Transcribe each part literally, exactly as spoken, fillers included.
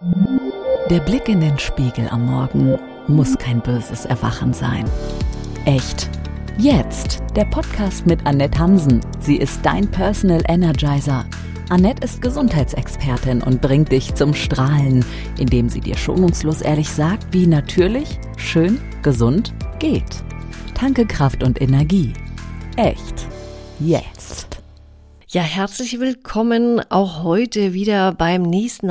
Der Blick in den Spiegel am Morgen muss kein böses Erwachen sein. Echt. Jetzt der Podcast mit Annette Hansen. Sie ist dein Personal Energizer. Annette ist Gesundheitsexpertin und bringt dich zum Strahlen, indem sie dir schonungslos ehrlich sagt, wie natürlich, schön, gesund geht. Tanke Kraft und Energie. Echt. Jetzt. Ja, herzlich willkommen auch heute wieder beim nächsten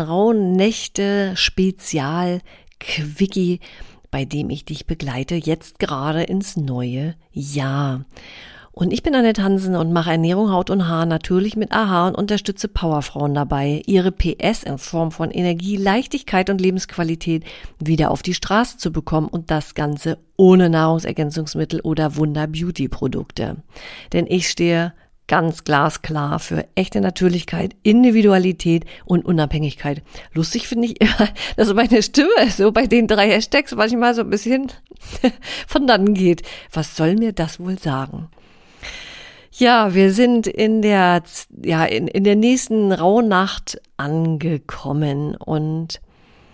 Rauhnächte-Spezial-Quickie, bei dem ich dich begleite, jetzt gerade ins neue Jahr. Und ich bin Annette Hansen und mache Ernährung, Haut und Haar natürlich mit A H und unterstütze Powerfrauen dabei, ihre P S in Form von Energie, Leichtigkeit und Lebensqualität wieder auf die Straße zu bekommen und das Ganze ohne Nahrungsergänzungsmittel oder Wunder-Beauty-Produkte. Denn ich stehe ganz glasklar für echte Natürlichkeit, Individualität und Unabhängigkeit. Lustig finde ich immer, dass meine Stimme so bei den drei Hashtags manchmal so ein bisschen von dann geht. Was soll mir das wohl sagen? Ja, wir sind in der, ja, in, in der nächsten Rauhnacht angekommen und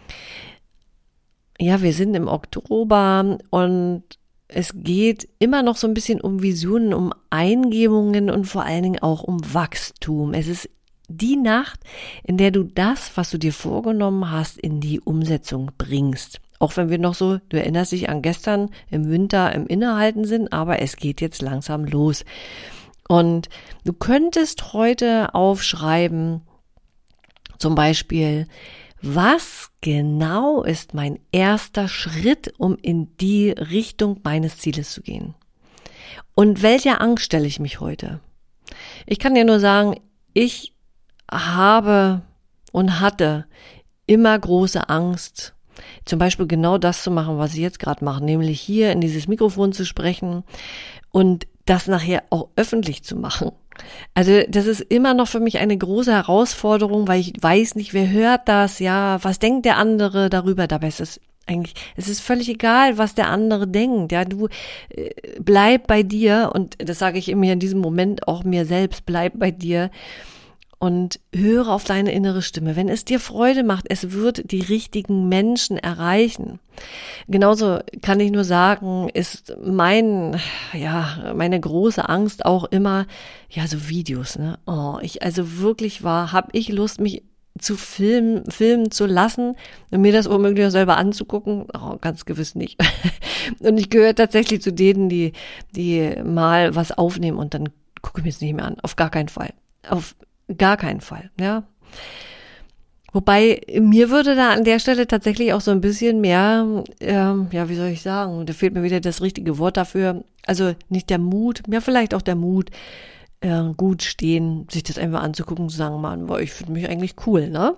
ja, wir sind im Oktober und es geht immer noch so ein bisschen um Visionen, um Eingebungen und vor allen Dingen auch um Wachstum. Es ist die Nacht, in der du das, was du dir vorgenommen hast, in die Umsetzung bringst. Auch wenn wir noch so, du erinnerst dich an gestern im Winter im Innehalten sind, aber es geht jetzt langsam los. Und du könntest heute aufschreiben, zum Beispiel, was genau ist mein erster Schritt, um in die Richtung meines Zieles zu gehen? Und welcher Angst stelle ich mich heute? Ich kann dir nur sagen, ich habe und hatte immer große Angst, zum Beispiel genau das zu machen, was ich jetzt gerade mache, nämlich hier in dieses Mikrofon zu sprechen und das nachher auch öffentlich zu machen. Also das ist immer noch für mich eine große Herausforderung, weil ich weiß nicht, wer hört das, ja, was denkt der andere darüber? Dabei ist es eigentlich, es ist völlig egal, was der andere denkt, ja, du äh, bleib bei dir und das sage ich mir in diesem Moment auch mir selbst, bleib bei dir und höre auf deine innere Stimme. Wenn es dir Freude macht, es wird die richtigen Menschen erreichen. Genauso kann ich nur sagen, ist mein, ja, meine große Angst auch immer, ja, so Videos, ne? Oh, ich, also wirklich war, habe ich Lust, mich zu filmen, filmen zu lassen und mir das womöglich selber anzugucken? Oh, ganz gewiss nicht. Und ich gehöre tatsächlich zu denen, die, die mal was aufnehmen und dann gucke ich mir es nicht mehr an. Auf gar keinen Fall. Auf gar keinen Fall, ja. Wobei, mir würde da an der Stelle tatsächlich auch so ein bisschen mehr, ähm, ja, wie soll ich sagen, da fehlt mir wieder das richtige Wort dafür, also nicht der Mut, ja, vielleicht auch der Mut, äh, gut stehen, sich das einfach anzugucken und zu sagen, Mann, boah, ich finde mich eigentlich cool, ne?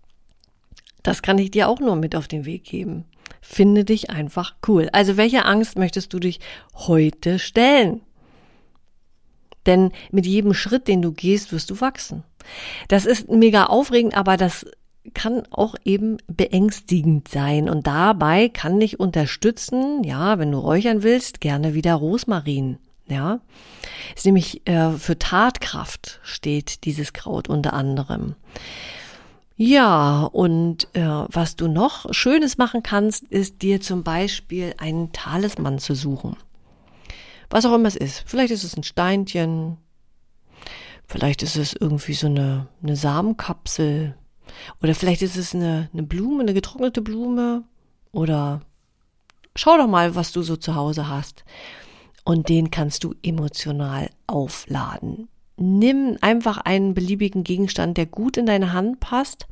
Das kann ich dir auch nur mit auf den Weg geben. Finde dich einfach cool. Also welche Angst möchtest du dich heute stellen? Denn mit jedem Schritt, den du gehst, wirst du wachsen. Das ist mega aufregend, aber das kann auch eben beängstigend sein. Und dabei kann dich unterstützen, ja, wenn du räuchern willst, gerne wieder Rosmarin. Ja, ist nämlich äh, für Tatkraft steht dieses Kraut unter anderem. Ja, und äh, was du noch Schönes machen kannst, ist dir zum Beispiel einen Talisman zu suchen. Was auch immer es ist. Vielleicht ist es ein Steinchen, vielleicht ist es irgendwie so eine, eine Samenkapsel oder vielleicht ist es eine, eine Blume, eine getrocknete Blume oder schau doch mal, was du so zu Hause hast und den kannst du emotional aufladen. Nimm einfach einen beliebigen Gegenstand, der gut in deine Hand passt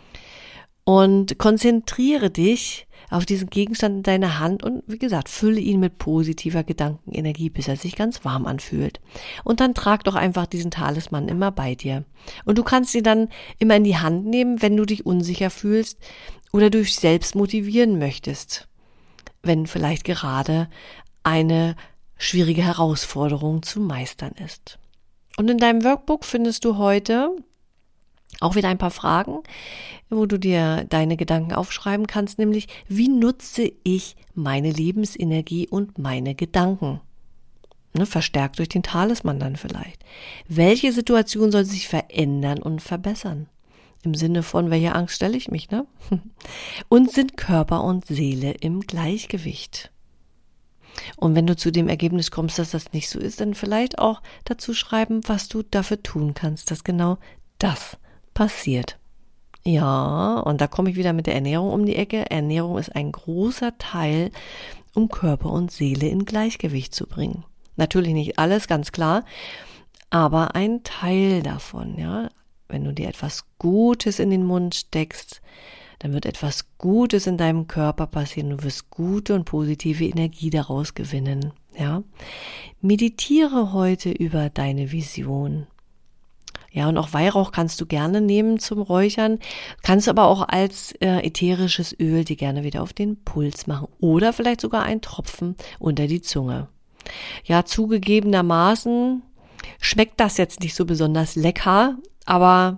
und konzentriere dich auf diesen Gegenstand in deiner Hand und wie gesagt, fülle ihn mit positiver Gedankenenergie, bis er sich ganz warm anfühlt. Und dann trag doch einfach diesen Talisman immer bei dir. Und du kannst ihn dann immer in die Hand nehmen, wenn du dich unsicher fühlst oder du dich selbst motivieren möchtest, wenn vielleicht gerade eine schwierige Herausforderung zu meistern ist. Und in deinem Workbook findest du heute auch wieder ein paar Fragen, wo du dir deine Gedanken aufschreiben kannst, nämlich, wie nutze ich meine Lebensenergie und meine Gedanken? Ne, verstärkt durch den Talisman dann vielleicht. Welche Situation soll sich verändern und verbessern? Im Sinne von, welcher Angst stelle ich mich, ne? Und sind Körper und Seele im Gleichgewicht? Und wenn du zu dem Ergebnis kommst, dass das nicht so ist, dann vielleicht auch dazu schreiben, was du dafür tun kannst, dass genau das passiert. Ja, und da komme ich wieder mit der Ernährung um die Ecke. Ernährung ist ein großer Teil, um Körper und Seele in Gleichgewicht zu bringen. Natürlich nicht alles, ganz klar, aber ein Teil davon, ja. Wenn du dir etwas Gutes in den Mund steckst, dann wird etwas Gutes in deinem Körper passieren. Du wirst gute und positive Energie daraus gewinnen, ja. Meditiere heute über deine Vision. Ja, und auch Weihrauch kannst du gerne nehmen zum Räuchern, kannst du aber auch als äh, ätherisches Öl die gerne wieder auf den Puls machen oder vielleicht sogar einen Tropfen unter die Zunge. Ja, zugegebenermaßen schmeckt das jetzt nicht so besonders lecker, aber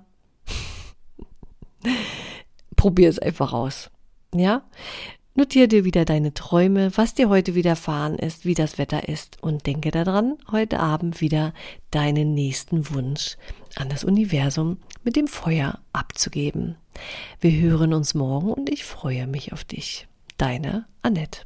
probier es einfach aus. Ja, notiere dir wieder deine Träume, was dir heute widerfahren ist, wie das Wetter ist und denke daran, heute Abend wieder deinen nächsten Wunsch an das Universum mit dem Feuer abzugeben. Wir hören uns morgen und ich freue mich auf dich. Deine Annette.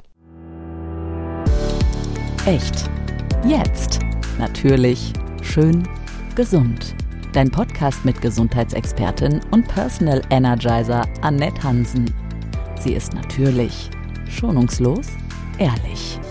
Echt. Jetzt. Natürlich. Schön. Gesund. Dein Podcast mit Gesundheitsexpertin und Personal Energizer Annette Hansen. Sie ist natürlich, schonungslos, ehrlich.